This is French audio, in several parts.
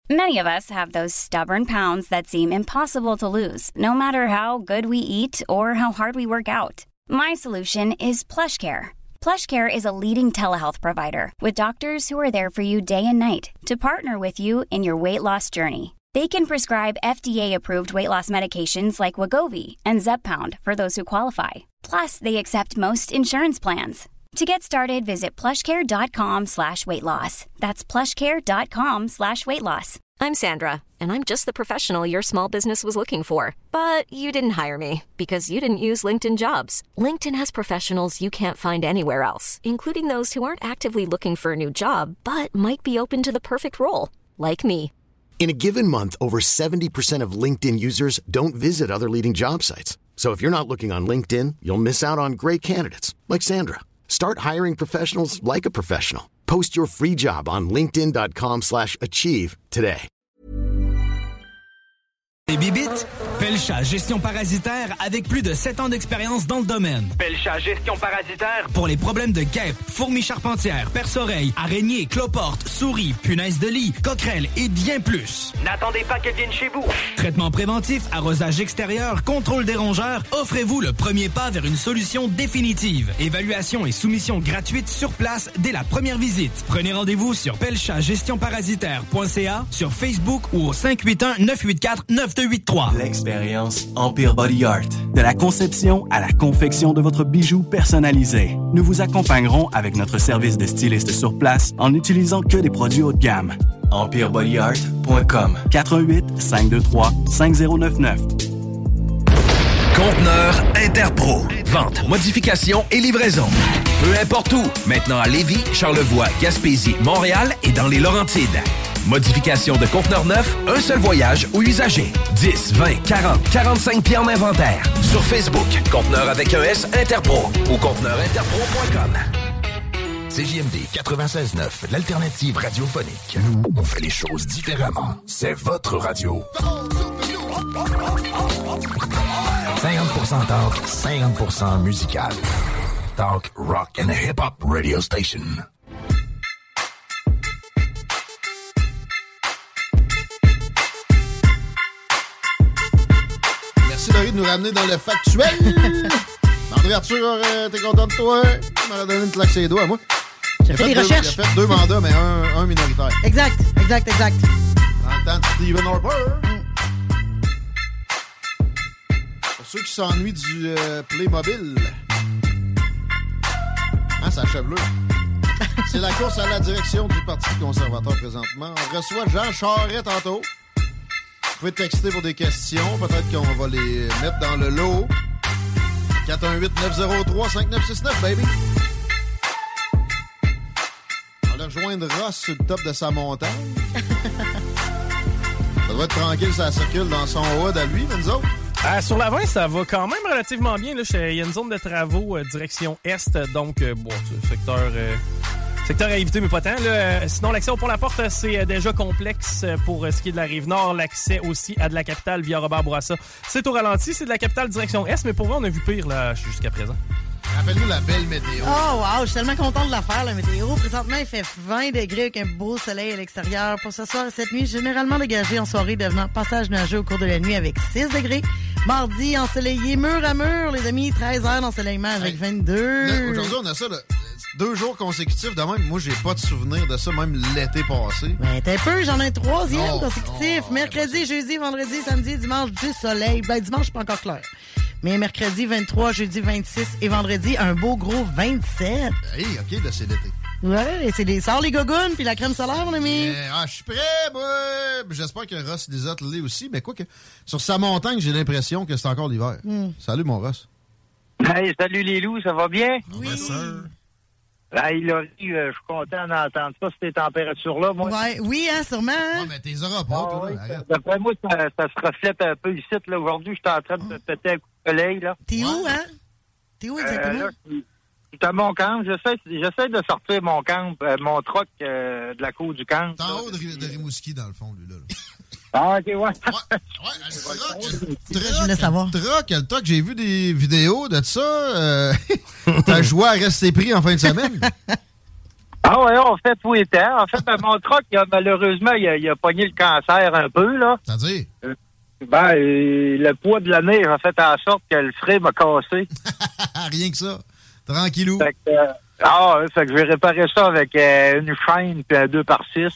Many of us have those stubborn pounds that seem impossible to lose, no matter how good we eat or how hard we work out. My solution is PlushCare. PlushCare is a leading telehealth provider with doctors who are there for you day and night to partner with you in your weight loss journey. They can prescribe FDA-approved weight loss medications like Wegovy and Zepbound for those who qualify. Plus, they accept most insurance plans. To get started, visit plushcare.com/weightloss. That's plushcare.com/weightloss. I'm Sandra, and I'm just the professional your small business was looking for. But you didn't hire me because you didn't use LinkedIn Jobs. LinkedIn has professionals you can't find anywhere else, including those who aren't actively looking for a new job, but might be open to the perfect role, like me. In a given month, over 70% of LinkedIn users don't visit other leading job sites. So if you're not looking on LinkedIn, you'll miss out on great candidates like Sandra. Start hiring professionals like a professional. Post your free job on linkedin.com/achieve today. Les bibites? Pelcha Gestion Parasitaire avec plus de 7 ans d'expérience dans le domaine. Pelcha Gestion Parasitaire pour les problèmes de guêpes, fourmis charpentières, perce-oreilles, araignées, cloportes, souris, punaises de lit, coquerelles et bien plus. N'attendez pas qu'elles viennent chez vous. Traitement préventif, arrosage extérieur, contrôle des rongeurs, offrez-vous le premier pas vers une solution définitive. Évaluation et soumission gratuite sur place dès la première visite. Prenez rendez-vous sur pelchagestionparasitaire.ca, sur Facebook ou au 581-984-9283. L'expérience Empire Body Art. De la conception à la confection de votre bijou personnalisé. Nous vous accompagnerons avec notre service de styliste sur place en n'utilisant que des produits haut de gamme. EmpireBodyArt.com 418-523-5099. Conteneur Interpro. Vente, modification et livraison. Peu importe où. Maintenant à Lévis, Charlevoix, Gaspésie, Montréal et dans les Laurentides. Modification de conteneurs neufs, un seul voyage ou usager. 10, 20, 40, 45 pieds en inventaire. Sur Facebook, Conteneur avec un S Interpro ou conteneurinterpro.com. CJMD 96.9, l'alternative radiophonique. Nous, on fait les choses différemment. C'est votre radio. 50% talk, 50% musical. Talk, rock and hip-hop radio station. Merci Laurie de nous ramener dans le factuel. André Arthur, t'es content de toi? Tu m'aurais donné une claque sur les doigts, moi. J'ai fait des recherches. J'ai fait 2 mandats, mais un minoritaire. Exact. Dans le temps de Stephen Harper. Pour ceux qui s'ennuient du Playmobil. Hein, ça achève là. C'est la course à la direction du Parti conservateur présentement. On reçoit Jean Charest tantôt. Vous pouvez texter pour des questions. Peut-être qu'on va les mettre dans le lot. 418-903-5969, baby. On va aller rejoindre Ross sur le top de sa montagne. Ça doit être tranquille, ça circule dans son hood à lui, mais nous autres. Sur la 20, ça va quand même relativement bien. Il y a une zone de travaux direction Est, donc secteur à éviter, mais pas tant. Là. Sinon, l'accès au Pont-la-Porte, c'est déjà complexe pour ce qui est de la Rive-Nord. L'accès aussi à de la capitale via Robert Bourassa, c'est au ralenti. C'est de la capitale direction Est, mais pour vrai, on a vu pire là jusqu'à présent. Rappelle-nous la belle météo. Oh wow, je suis tellement content de la faire, la météo. Présentement, il fait 20 degrés avec un beau soleil à l'extérieur. Pour ce soir et cette nuit, généralement dégagé en soirée, devenant passage nuageux au cours de la nuit avec 6 degrés. Mardi, ensoleillé mur à mur, les amis, 13 heures d'ensoleillement avec 22. Là, aujourd'hui, on a ça, là, 2 jours consécutifs de même. Moi, j'ai pas de souvenir de ça, même l'été passé. Ben, t'es un peu, j'en ai un 3e consécutif. Mercredi, jeudi, vendredi, samedi, dimanche, du soleil. Ben, dimanche, pas encore clair. Mais mercredi 23, jeudi 26 et vendredi, un beau gros 27. Hey, OK, là, c'est l'été. Ouais, c'est les sorts, les gogoons, puis la crème solaire, mon ami. Je suis prêt, moi. J'espère que Ross Lisotte l'est aussi. Mais quoi que, sur sa montagne, j'ai l'impression que c'est encore l'hiver. Salut, mon Ross. Hey, salut les loups, ça va bien? Oui, sir. Hey, Laurie, je suis content d'entendre ça, ces températures-là, moi. Ouais, oui, hein, sûrement. Ouais, mais t'es auras pas, toi, là. Arrête. D'après moi, ça se reflète un peu ici, là. Aujourd'hui, j'étais en train de me péter un coup de soleil, là. T'es où, hein? T'es où exactement? Là, je suis à mon camp. J'essaie de sortir mon camp, mon troc de la cour du camp. T'es en haut de Rimouski, dans le fond, lui, là. Ah, OK, ouais. Ouais, je voulais savoir. Le troc, j'ai vu des vidéos de ça. T'as joué à rester pris en fin de semaine? Ah ouais, on fait tout les temps. En fait, mon truck, malheureusement, il a pogné le cancer un peu, là. C'est-à-dire? Le poids de la neige a fait en sorte que le frein m'a cassé. Rien que ça. Tranquillou. Fait que je vais réparer ça avec une chaîne puis un 2x6.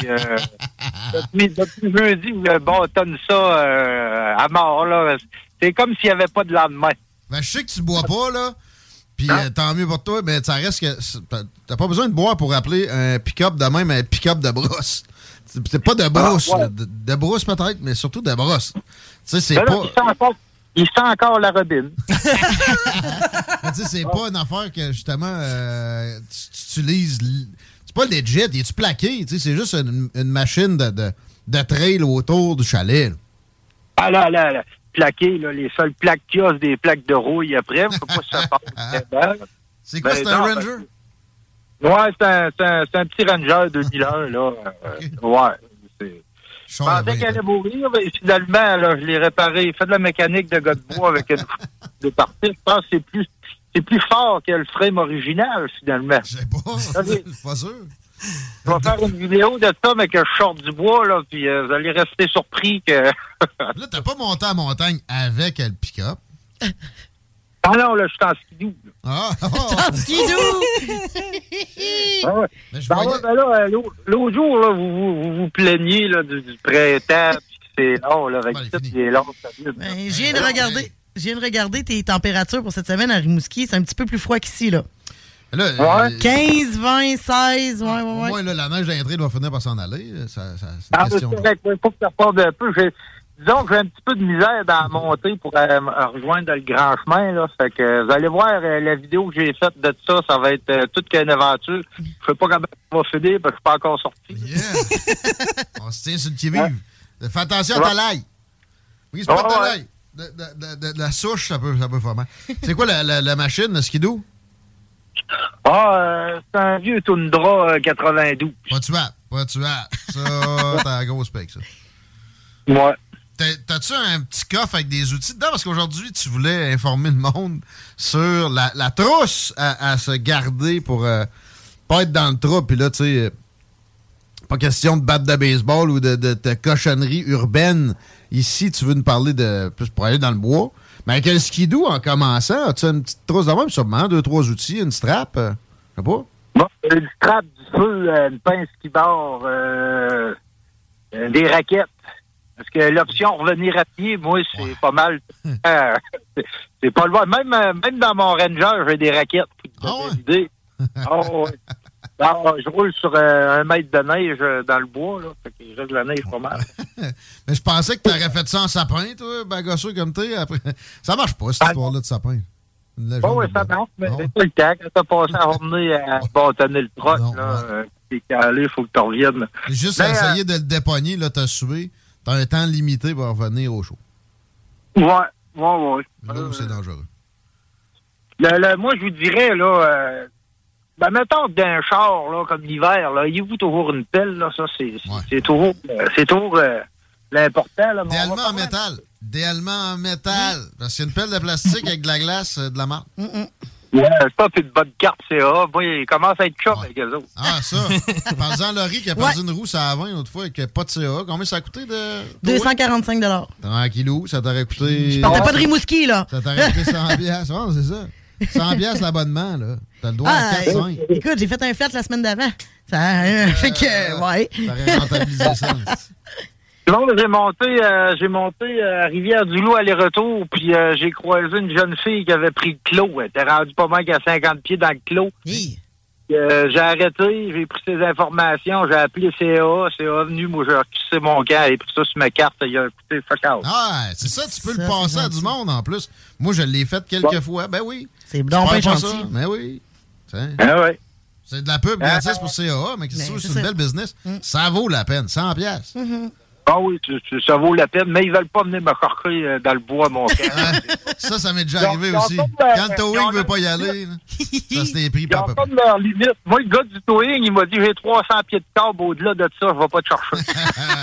Puis depuis jeudi, on tonne ça à mort, là. C'est comme s'il n'y avait pas de lendemain. Ben, je sais que tu bois pas, là. Puis tant mieux pour toi, mais ça reste que t'as pas besoin de boire pour appeler un pick-up de même un pick-up de brosse. C'est pas de brosse, de brosse peut-être, mais surtout de brosse. Tu sais, c'est pas... Il sent encore la robine. Tu sais, c'est pas une affaire que, justement, tu utilises... C'est pas legit, il est-tu plaqué? Tu sais, c'est juste une machine de trail autour du chalet. Là. Ah là. Plaqué, là, les seules plaques qu'il y a, c'est des plaques de rouille après. Faut pas se faire. C'est quoi, c'est un Ranger? Ouais, c'est un petit Ranger 2001, là. Ouais. Je pensais qu'elle allait mourir, mais finalement, là, je l'ai réparé. Il fait de la mécanique de gars de bois avec une de partie. Je pense que c'est plus fort que le frame original, finalement. Je sais pas. Je suis pas sûr. Je vais faire une vidéo de ça, mais que je sorte du bois, là, puis vous allez rester surpris que... Là, t'as pas monté en montagne avec le pick-up? Ah non, là, je suis en skidoo. En skidoo! Ah ouais. Là, l'autre jour, là, vous plaignez là, du printemps, puis c'est long, là, avec ça, puis c'est long. Je viens de regarder tes températures pour cette semaine à Rimouski. C'est un petit peu plus froid qu'ici, là. Là, 15, 20, 16, ouais. Moi, là, la neige d'entrée va finir par s'en aller. C'est une question. Il faut que ça parte un peu. Disons que j'ai un petit peu de misère dans la montée pour rejoindre le grand chemin. Là. Fait que vous allez voir la vidéo que j'ai faite de ça. Ça va être toute qu'une aventure. Je sais pas comment ça va finir parce que je suis pas encore sorti. Yeah. On se tient sur le qui-vive. Fais attention à ta laille. Oui, c'est pas de l'ail. De la souche, ça peut faire mal. C'est quoi la machine, le skidoo? C'est un vieux Tundra 92. Pas tuable. Ça, t'as la grosse spec, ça. Ouais. T'as-tu un petit coffre avec des outils dedans? Parce qu'aujourd'hui, tu voulais informer le monde sur la trousse à se garder pour pas être dans le trou. Puis là, tu sais, pas question de batte de baseball ou de cochonnerie urbaine. Ici, tu veux nous parler de plus pour aller dans le bois. Mais avec le skidoo, en commençant, as-tu une petite trousse de même? Sûrement, 2-3 outils, une strap? Je sais pas. Bon, une strap, du feu, une pince qui barre, des raquettes. Parce que l'option revenir à pied, moi, c'est pas mal. C'est pas loin. Même dans mon Ranger, j'ai des raquettes. Je roule sur 1 mètre de neige dans le bois, là. Fait qu'il reste de la neige pas mal. Mais je pensais que t'aurais fait ça en sapin, toi, bagasseux comme t'es. Après. Ça marche pas, cette histoire-là de sapin. Oui, ça marche, mais c'est pas le temps. Quand t'as passé à revenir à bâtonner le troc, t'es calé, il faut que tu reviennes. Juste essayer de le dépogner, là, t'as sué. T'as un temps limité pour revenir au chaud. Ouais. Là où c'est dangereux. Moi, je vous dirais, là... mettons d'un char, là, comme l'hiver, là, ayez-vous toujours une pelle, là, ça, c'est toujours l'important, là. Idéalement en métal. Parce qu'il y a une pelle de plastique avec de la glace, de la marque. Ouais, ça, c'est une bonne carte CA. Moi, il commence à être chum avec eux autres. Ah, ça. Par-exemple, Laurie qui a perdu une roue à 20 l'autre fois et qui n'a pas de CA. Combien ça a coûté de... 245 $. Tranquillou, ça t'aurait coûté... Je partais pas de Rimouski, là. Ça t'aurait coûté 100 $. Oh, c'est ça. 100 $ l'abonnement, là. T'as le droit à 4-5. Écoute, j'ai fait un flat la semaine d'avant. Ça fait que, ouais. T'aurais rentabilisé ça. Non, j'ai monté à Rivière-du-Loup aller-retour, puis j'ai croisé une jeune fille qui avait pris le clos. Elle était rendue pas mal qu'à 50 pieds dans le clos. J'ai arrêté, j'ai pris ses informations, j'ai appelé CA. CA venu, moi j'ai requissé mon camp, j'ai pris ça sur ma carte, il a coûté fuck out. Ah, c'est ça, tu peux le passer à du monde en plus. Moi, je l'ai fait quelques fois. Ben oui. C'est donc bien gentil. Ben oui. Ah ouais. C'est de la pub gratis pour CA, mais c'est une belle business. Ça vaut la peine, 100 $. Ah oui, ça vaut la peine, mais ils veulent pas venir me corcher dans le bois, mon camp. Ça m'est déjà arrivé aussi. Quand le towing veut pas y aller, ça s'était pris par papa. Ils ont comme leur limite. Moi, le gars du towing, il m'a dit, j'ai 300 pieds de câble au-delà de ça, je vais pas te chercher.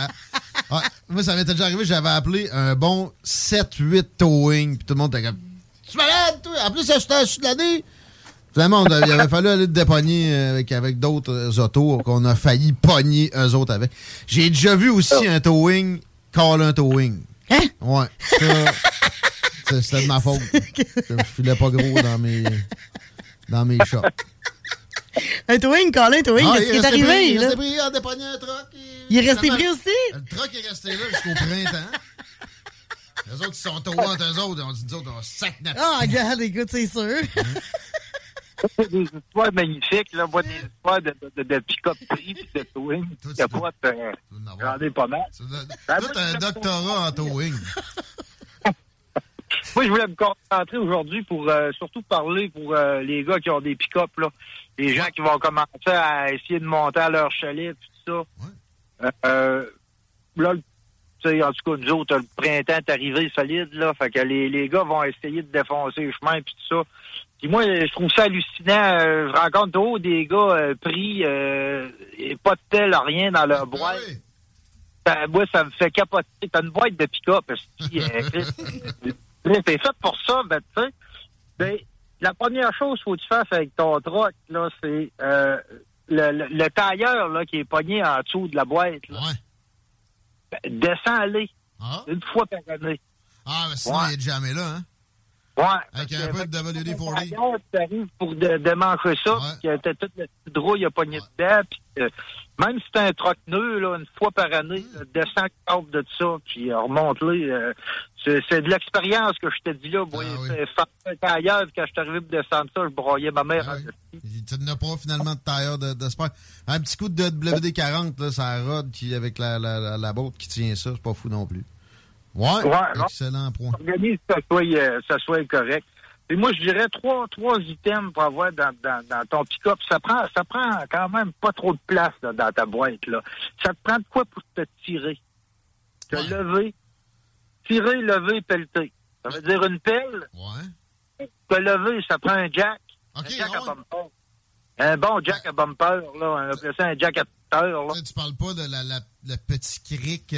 Moi, ça m'était déjà arrivé, j'avais appelé un bon 7-8 towing, puis tout le monde était comme, tu es malade, toi? En plus, ça, j'étais à l'année. Finalement, il avait fallu aller te dépogner avec d'autres autos qu'on a failli pogner eux autres avec. J'ai déjà vu aussi un towing call un towing. Hein? Ouais. Ça, c'était de ma faute. Je filais pas gros dans mes shops. Un towing, Colin, towing, qu'est-ce qui est arrivé? Il est resté pris, il a dépogné un truck. Il est resté pris aussi? Le truck est resté là jusqu'au printemps. Les autres, ils sont towés entre eux autres. On dit, nous autres, on sac notre... Ah, regarde, écoute, c'est sûr. C'est des histoires magnifiques, là. Moi, des histoires de pick-up pris pis de towing. J'en ai pas mal. Toi, t'as un doctorat en towing. Moi, je voulais me concentrer aujourd'hui pour surtout parler pour les gars qui ont des pick-up, là. Les gens qui vont commencer à essayer de monter à leur chalet, tout ça. Ouais. Là, tu sais, en tout cas, nous autres, le printemps est arrivé solide, là. Fait que les gars vont essayer de défoncer le chemin, puis tout ça. Puis moi, je trouve ça hallucinant. Je rencontre toujours des gars pris, et pas de tel, rien dans leur boîte. Moi, ça me fait capoter. T'as une boîte de pick-up, c'est fait pour ça, ben, tu sais. Ben, la première chose qu'il faut que tu fasses avec ton truck, là, c'est le tailleur, là, qui est pogné en dessous de la boîte, là. Ouais. Ben, descends-les. Une fois par année. Ah, mais sinon, il est jamais là, hein? Ouais. Avec un peu de WD-40. Tu arrives pour démancher ça, puis que toute la petite rouille a pogné dedans, puis même si c'est un troc-nœud, là, une fois par année, descends câble de ça, puis remonte-les. C'est de l'expérience que je te dis là. Moi, c'est ailleurs, quand je suis arrivé pour descendre ça, je broyais ma mère. Tu n'as pas finalement de tailleur de sport. Un petit coup de WD-40, là, ça rode avec la botte qui tient ça, c'est pas fou non plus. Ouais, excellent point. Organise que ça soit correct. Et moi, je dirais trois items pour avoir dans ton pick-up. Ça prend quand même pas trop de place là, dans ta boîte, là. Ça te prend de quoi pour te tirer? Lever. Tirer, lever, pelleter. Ça veut dire une pelle. Ouais. Te lever, ça prend un jack. Un jack à bumper. Un bon jack à bumper, là. On appelle ça un jack à bumper, là. Tu parles pas de le petit cric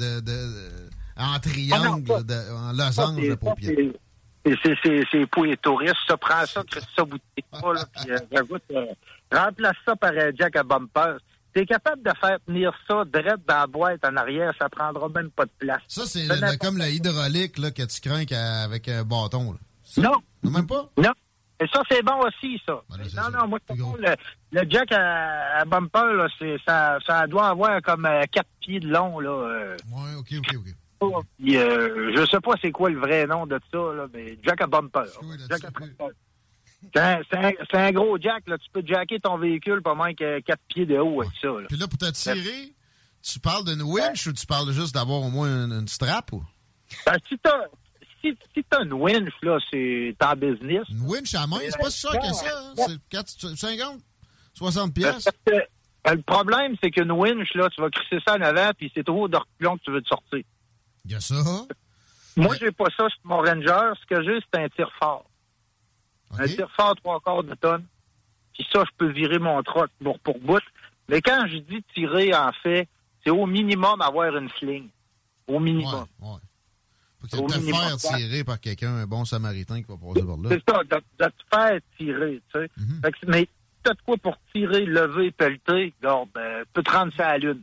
en triangle, en losange de paupières. C'est pour les touristes. Ça prend ça, crée ça, bouteille pas, là. Puis, remplace ça par un jack à bumper. T'es capable de faire tenir ça direct dans la boîte en arrière, ça prendra même pas de place. Ça, c'est comme le hydraulique là, que tu crains avec un bâton. Là. Ça, non. Même pas? Non. Et ça, c'est bon aussi, ça. Ben là, non, moi, le jack à bumper, là, ça doit avoir comme 4 pieds de long, là. Ouais, OK. Puis, je sais pas c'est quoi le vrai nom de ça, là, mais jack à bumper. Jack à bumper. C'est un gros jack, là. Tu peux jacker ton véhicule pas moins que 4 pieds de haut avec ça, là. Puis là, pour te tirer, tu parles d'une winch ou tu parles juste d'avoir au moins une strap, ou? Ben, si t'as une winch, là, c'est en business. Une winch à main, c'est pas si cher que ça, hein? C'est 50, 60 piastres. Le problème, c'est qu'une winch, là, tu vas crisser ça en avant, puis c'est trop de reculons que tu veux te sortir. Il y a ça. Moi, j'ai pas ça sur mon Ranger. Ce que j'ai, c'est un tire-fort. Okay. Un tire-fort 3/4 de tonne. Puis ça, je peux virer mon truck pour bout. Mais quand je dis tirer, en fait, c'est au minimum avoir une sling. Au minimum. Ouais. Faut que tu te faire tirer par quelqu'un, un bon samaritain qui va passer par là. C'est ça, de te faire tirer, tu sais. Mm-hmm. Mais t'as de quoi pour tirer, lever, pelleter, regarde, peut te rendre ça à la lune.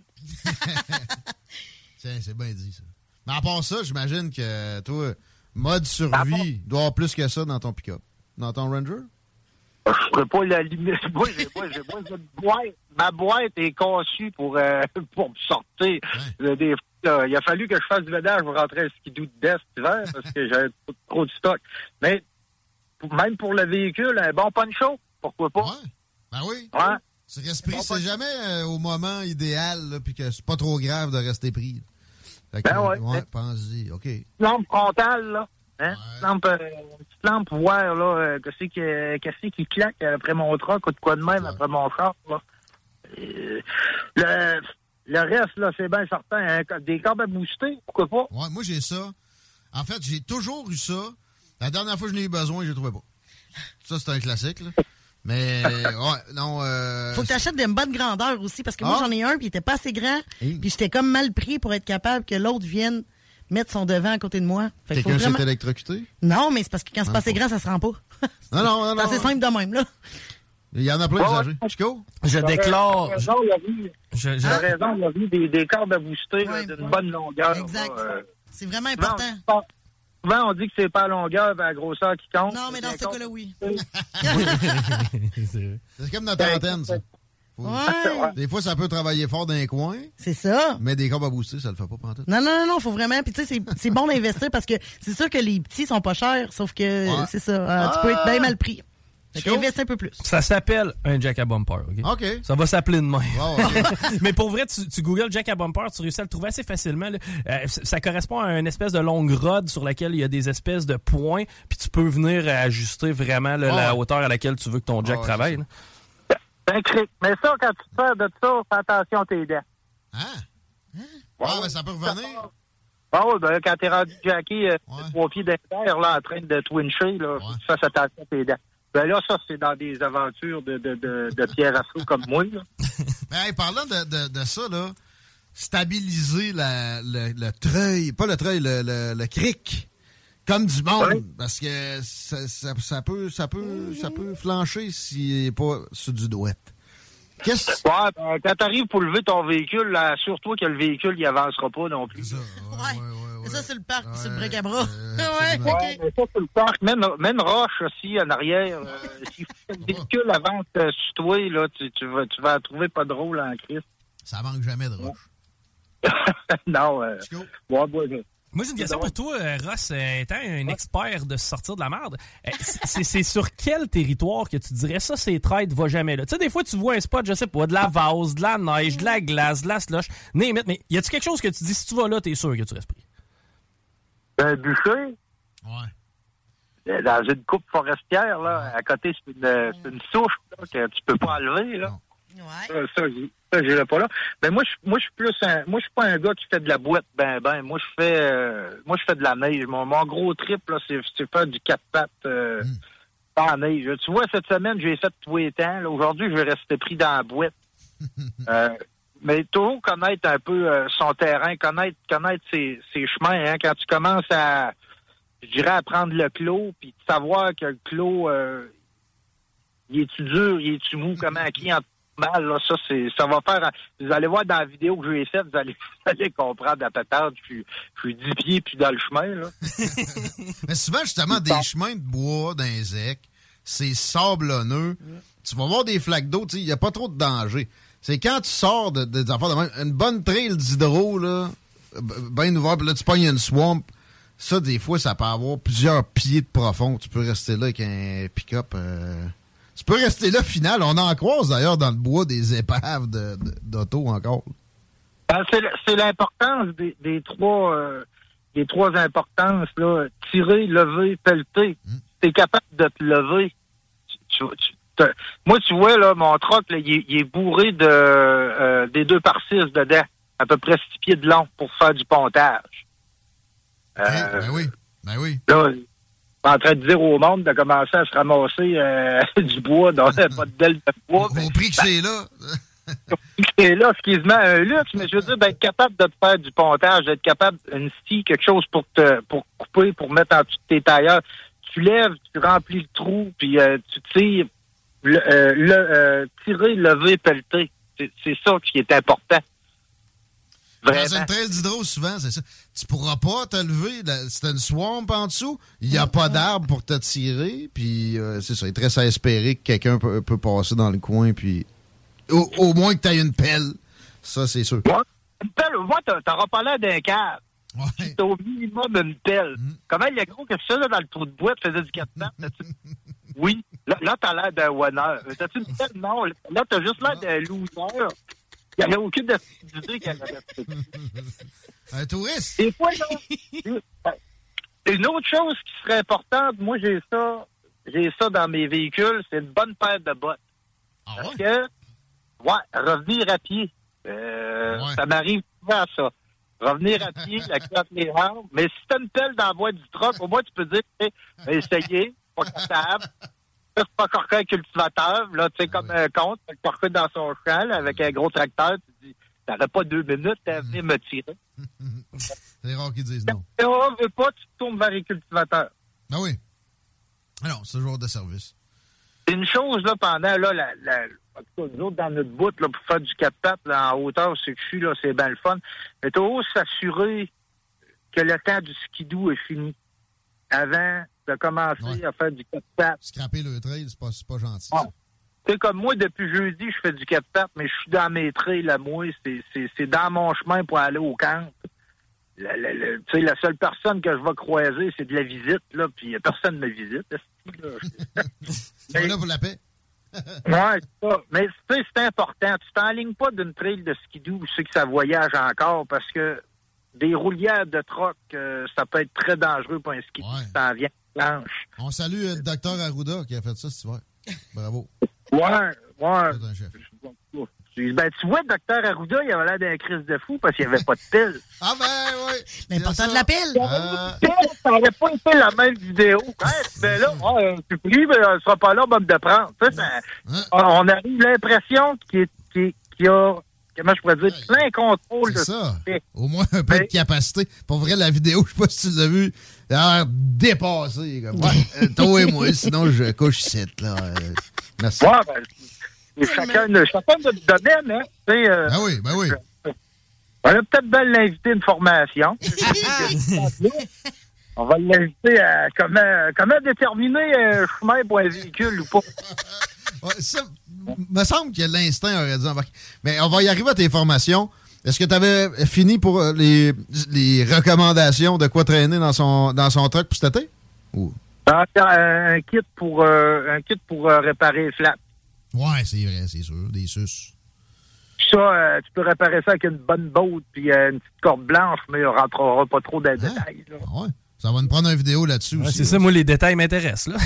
Tiens, c'est bien dit, ça. Mais à part ça, j'imagine que toi, mode survie, doit avoir plus que ça dans ton pick-up. Dans ton Ranger? Je ferais pas la limite. Moi, j'ai une boîte. Ma boîte est conçue pour me sortir. Ouais. Il a fallu que je fasse du ménage pour rentrer un skidoo de cet hiver parce que j'avais trop de stock. Mais même pour le véhicule, un bon poncho, pourquoi pas? Ouais. Ben oui. Ouais. Tu restes pris, c'est jamais au moment idéal, puis que c'est pas trop grave de rester pris. Ouais, pense-y, OK. Lampe frontale, là. Hein? Ouais. Petite lampe voir, là, qu'est-ce qui claque après mon truck ou de quoi de même après mon char, là. Le reste, là, c'est bien certain. Hein? Des câbles à booster, pourquoi pas? Ouais, moi, j'ai ça. En fait, j'ai toujours eu ça. La dernière fois que je n'ai eu besoin, je ne trouvais pas. Ça, c'est un classique, là. Mais, ouais, non... Faut que tu achètes d'une bonne grandeur aussi, parce que moi, j'en ai un, puis il était pas assez grand, puis j'étais comme mal pris pour être capable que l'autre vienne mettre son devant à côté de moi. Quelqu'un s'est électrocuté? Non, mais c'est parce que quand c'est pas assez grand, ça se rend pas. Non. C'est assez simple de même, là. Il y en a plein d'usagers. Chico? Je déclare... J'ai raison, il y a vu des cordes à booster d'une bonne longueur. Exact. C'est vraiment important. Souvent, on dit que c'est pas la longueur, mais la grosseur qui compte. Non, mais dans ce cas-là, oui. C'est comme notre antenne, ça. Des fois, ça peut travailler fort dans les coins. C'est ça. Mais des cordes à booster, ça le fait pas pantoute. Non, faut vraiment. Puis tu sais, c'est bon d'investir parce que c'est sûr que les petits sont pas chers, sauf que c'est ça. Tu peux être bien mal pris. Fait qu'investis un peu plus. Ça s'appelle un jack à bumper, OK? Ça va s'appeler de même. Mais pour vrai, tu googles jack à bumper, tu réussis à le trouver assez facilement. Ça correspond à une espèce de longue rod sur laquelle il y a des espèces de points, puis tu peux venir ajuster vraiment la hauteur à laquelle tu veux que ton jack travaille. Mais ça, quand tu te sers de ça, fais attention à tes dents. Mais ça peut revenir. Quand t'es rendu jacké 3 pieds derrière, là, en train de twincher, là, faut que tu fasses attention à tes dents. Ben là, ça, c'est dans des aventures de Pierre Assaut comme moi, là. Mais parlant de ça, là, stabiliser le treuil, pas le treuil, le cric, comme du monde, parce que ça peut flancher s'il n'est pas sur du douette. Quand t'arrives pour lever ton véhicule, assure-toi que le véhicule, il avancera pas non plus. Ça, c'est le parc, c'est le bric-à-bras. Mais ça, c'est le parc. Même roche aussi, en arrière. Si le véhicule avance sur toi, là, tu vas la trouver pas drôle en crise. Ça manque jamais de roche. Non. Moi, j'ai une question pour toi, Ross, étant un expert de sortir de la merde. C'est sur quel territoire que tu dirais ça, c'est traite, va jamais là? Tu sais, des fois, tu vois un spot, je sais pas, de la vase, de la neige, de la glace, de la slush, mais y a-tu quelque chose que tu dis, si tu vas là, t'es sûr que tu restes pris? Un bûcher? Ouais. Dans une coupe forestière, là, à côté, c'est une souche là, que tu peux pas enlever, là. Ouais. Ça, j'irai pas là. Mais moi, je suis plus moi, je suis pas un gars qui fait de la boîte, moi, je fais de la neige. Mon gros trip, là, c'est faire du 4 pattes, en neige. Tu vois, cette semaine, j'ai fait tous les temps. Aujourd'hui, je vais rester pris dans la boîte. Mais toujours connaître un peu son terrain, connaître ses chemins, hein. Quand tu commences à prendre le clos, puis de savoir que le clos, il est-tu dur, il est-tu mou, comment qui en mal, là, ça va faire... Vous allez voir dans la vidéo que je lui ai faite, vous allez comprendre la patente. Je suis 10 pieds puis dans le chemin, là. Mais souvent, justement, des chemins de bois dans les zecs, c'est sablonneux. Tu vas voir des flaques d'eau, il n'y a pas trop de danger. C'est quand tu sors des affaires de même, une bonne trail d'hydro, là, bien ouvert, puis là, tu pognes une swamp. Ça, des fois, ça peut avoir plusieurs pieds de profond. Tu peux rester là avec un pick-up... Tu peux rester là, final. On en croise, d'ailleurs, dans le bois des épaves d'auto encore. C'est l'importance des trois importances, là. Tirer, lever, pelleter. Tu es capable de te lever. Moi, tu vois, là, mon troc, là, il est bourré des 2x6 dedans. À peu près 6 pieds de long pour faire du pontage. Ben oui. Là, en train de dire au monde de commencer à se ramasser du bois dans pas de belle de bois. Au prix que c'est là. C'est là, quasiment un luxe, mais je veux dire, être capable de te faire du pontage, d'être capable, une scie, quelque chose pour couper, pour mettre en dessous de tes tailleurs. Tu lèves, tu remplis le trou, puis tu tires, tirer, lever, pelleter. C'est ça qui est important. Vraiment. Dans une trail d'hydro, souvent, c'est ça. Tu pourras pas te lever. C'est une swamp en dessous. Il n'y a pas d'arbre pour te tirer. Puis, c'est ça. Il te reste à espérer que quelqu'un peut passer dans le coin. Puis, au moins que tu aies une pelle. Ça, c'est sûr. Ouais. Une pelle, au moins, t'auras pas l'air d'un câble. Ouais. T'as au minimum une pelle. Comment il y a gros que ça, là, dans le trou de bois, tu faisais du 4 pattes? Oui. Là, t'as l'air d'un winner. T'as-tu une pelle? Non. Là, t'as juste l'air d'un loser. Il n'y avait aucune idée qu'elle avait fait. Un touriste? Des fois, là, une autre chose qui serait importante, moi, j'ai ça dans mes véhicules, c'est une bonne paire de bottes. Ah Parce que, revenir à pied, ça m'arrive souvent, ça. Revenir à pied, la clotte les hanches. Mais si t'as une pelle dans la boîte du truck, au moins, tu peux dire, essayez, pas capable. C'est pas encore un cultivateur, là, tu sais, comme un compte, corqué dans son champ, là, avec un gros tracteur, tu dis, T'aurais pas 2 minutes à venir me tirer. C'est rare qu'ils disent non. Si on veut pas, tu te tournes vers les cultivateurs. Ah oui. Alors, c'est toujours de service. C'est une chose, là, pendant, là, en tout cas, nous autres, dans notre bout, là, pour faire du 4x4, là, en hauteur, c'est que je suis, là, c'est bien le fun. Mais t'as aussi s'assurer que le temps du skidoo est fini. Avant de commencer à faire du 4x4. Scraper le trail, c'est pas gentil. Ouais. Tu sais, comme moi, depuis jeudi, je fais du 4x4, mais je suis dans mes trails, là, moi, c'est dans mon chemin pour aller au camp. Tu sais, la seule personne que je vais croiser, c'est de la visite, là, puis personne ne me visite. C'est là pour la paix. Ouais, c'est ça. Mais tu sais, c'est important. Tu t'enlignes pas d'une trail de skidoo où c'est que ça voyage encore, parce que des roulières de troc, ça peut être très dangereux pour un skidoo qui s'en vient planche. On salue le docteur Arruda qui a fait ça cet hiver. Bravo. Ouais. C'est un chef. Ben, tu vois, le docteur Arruda, il avait l'air d'un crise de fou parce qu'il n'y avait pas de pile. Ah ben, oui. Mais pourtant de la pile. Ça n'aurait pas été la même vidéo. Ben là, tu pries, mais elle ne sera pas là, bonne de prendre. On a eu l'impression qu'il a, comment je pourrais dire, plein contrôle. C'est ça. Au moins un peu de capacité. Pour vrai, la vidéo, je sais pas si tu l'as vue, elle a l'air dépassée. Toi et moi, sinon je couche ici. Là. Merci. Ouais, ben, chacun de notre domaine, hein. Ben oui. On va peut-être bien l'inviter à une formation. On va l'inviter à comment déterminer un chemin pour un véhicule ou pas. Ouais, ça me semble que l'instinct aurait dû embarquer. Mais on va y arriver à tes formations. Est-ce que tu avais fini pour les recommandations de quoi traîner dans son truck pour cet été? Ou? Un kit pour réparer les flaps. Ouais, c'est vrai, c'est sûr. Des sus. Ça, tu peux réparer ça avec une bonne botte puis une petite corde blanche, mais on ne rentrera pas trop dans les détails. Là. Ouais. Ça va nous prendre une vidéo là-dessus aussi. C'est ça, moi, les détails m'intéressent. Là.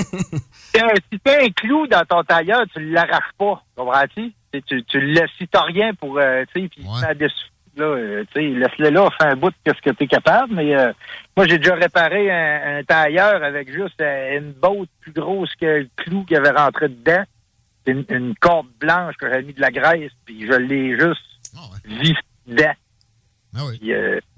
Si tu as un clou dans ton tailleur, tu ne l'arraches pas. Comprends-tu? Tu le laisses, si tu n'as rien pour, tu sais, puis laisse-le là, fais un bout de ce que tu es capable. Mais moi, j'ai déjà réparé un tailleur avec juste une botte plus grosse que le clou qui avait rentré dedans. Une corde blanche que j'avais mis de la graisse, puis je l'ai juste vissé dedans. Ah oui. Puis,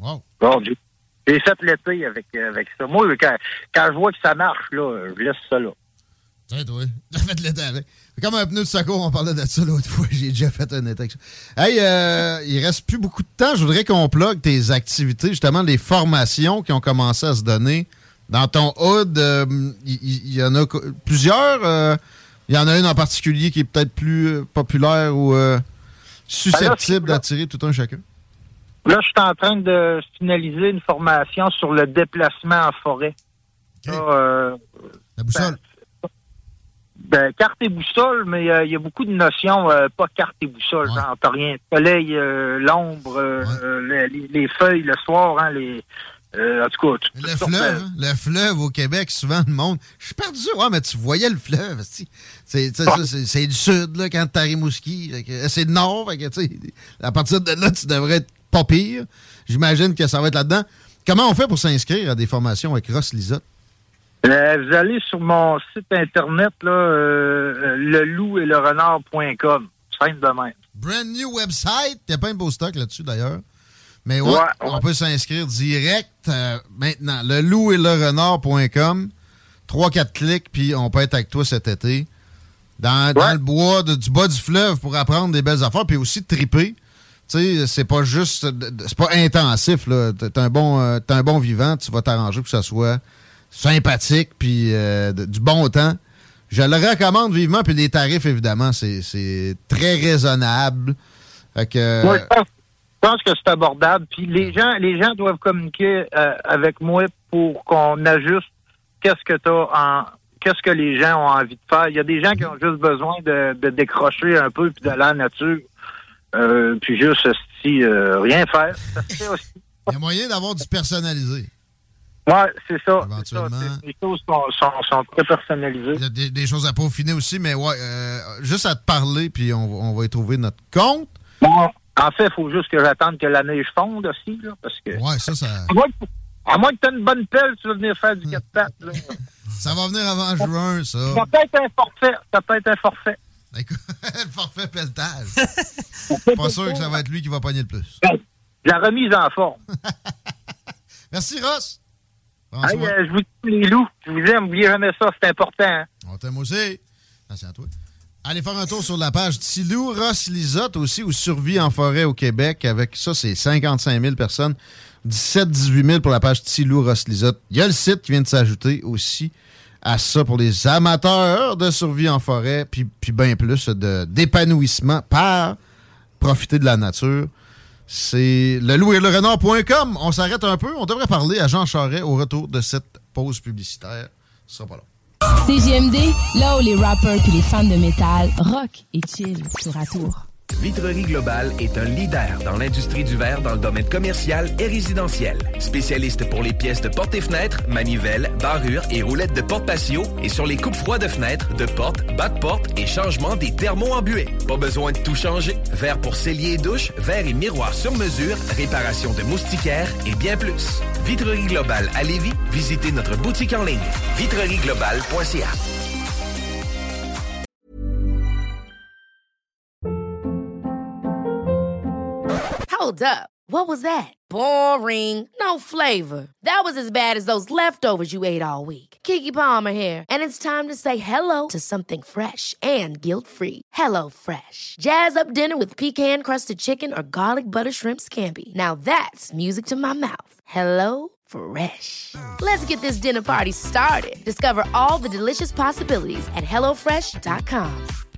j'ai fait l'été avec ça. Moi, quand je vois que ça marche, là, je laisse ça là. Tiens, toi, j'ai fait l'été avec. C'est comme un pneu de secours, on parlait de ça l'autre fois. J'ai déjà fait un été avec ça. Hey, il reste plus beaucoup de temps. Je voudrais qu'on plug tes activités, justement, les formations qui ont commencé à se donner. Dans ton hood, il y en a plusieurs. Il y en a une en particulier qui est peut-être plus populaire ou susceptible d'attirer tout un chacun. Là, je suis en train de finaliser une formation sur le déplacement en forêt. Okay. La boussole. Carte et boussole, mais il y a beaucoup de notions, pas carte et boussole, genre, t'as rien. Soleil, l'ombre, les feuilles le soir, hein, en tout cas, le fleuve au Québec, souvent le monde. Je suis perdu, mais tu voyais le fleuve. C'est du sud, là, quand t'es à Rimouski. C'est du nord, à partir de là, tu devrais être pas pire. J'imagine que ça va être là-dedans. Comment on fait pour s'inscrire à des formations avec Ross Lisotte? Vous allez sur mon site internet, là, lelouetlerenard.com. Simple de même. Brand new website. Il n'y a pas un beau stock là-dessus, d'ailleurs. Mais on peut s'inscrire direct maintenant. Lelouetlerenard.com. 3-4 clics, puis on peut être avec toi cet été. Dans le bois du bas du fleuve pour apprendre des belles affaires, puis aussi de triper. Tu sais, c'est pas juste... C'est pas intensif, là. T'es un bon vivant, tu vas t'arranger pour que ça soit sympathique, puis du bon temps. Je le recommande vivement, puis les tarifs, évidemment, c'est très raisonnable. Fait que... Je pense que c'est abordable. Puis les gens doivent communiquer avec moi pour qu'on ajuste qu'est-ce que les gens ont envie de faire. Il y a des gens qui ont juste besoin de décrocher un peu puis d'aller en nature. Puis juste rien faire. Ça se fait aussi. Il y a moyen d'avoir du personnalisé. Oui, c'est ça. Éventuellement. Les choses sont très personnalisées. Il y a des choses à peaufiner aussi, mais juste à te parler, puis on va y trouver notre compte. Bon. En fait, il faut juste que j'attende que la neige fonde aussi, là, parce que... Ouais, ça... À moins que tu aies une bonne pelle, tu vas venir faire du 4x4, là. Ça va venir avant juin, ça. Ça peut être un forfait. Écoute, le forfait pelletage. Pas sûr que ça va être lui qui va pogner le plus. La remise en forme. Merci, Ross. Hey, je vous dis les loups. Je vous aime. N'oubliez jamais ça, c'est important. Hein? On t'aime aussi. Merci à toi. Allez faire un tour sur la page Tilou Ross Lisotte aussi, ou Survie en forêt au Québec. Avec ça, c'est 55 000 personnes. 17-18 000 pour la page Tilou Ross Lisotte. Il y a le site qui vient de s'ajouter aussi à ça pour les amateurs de survie en forêt, puis bien plus d'épanouissement par profiter de la nature. C'est lelouetlerenard.com. On s'arrête un peu. On devrait parler à Jean Charest au retour de cette pause publicitaire. Ce sera pas long. CJMD, là où les rappers puis les fans de métal rock et chill tour à tour. Vitrerie Globale est un leader dans l'industrie du verre dans le domaine commercial et résidentiel. Spécialiste pour les pièces de portes et fenêtres, manivelles, barrures et roulettes de porte patio et sur les coupes froides de fenêtres, de portes, bas de porte et changement des thermos embués. Pas besoin de tout changer. Verre pour cellier et douche, verre et miroir sur mesure, réparation de moustiquaires et bien plus. Vitrerie Globale à Lévis, visitez notre boutique en ligne. vitrerieglobale.ca. Hold up. What was that? Boring. No flavor. That was as bad as those leftovers you ate all week. Keke Palmer here, and it's time to say hello to something fresh and guilt-free. Hello Fresh. Jazz up dinner with pecan-crusted chicken or garlic butter shrimp scampi. Now that's music to my mouth. Hello Fresh. Let's get this dinner party started. Discover all the delicious possibilities at HelloFresh.com.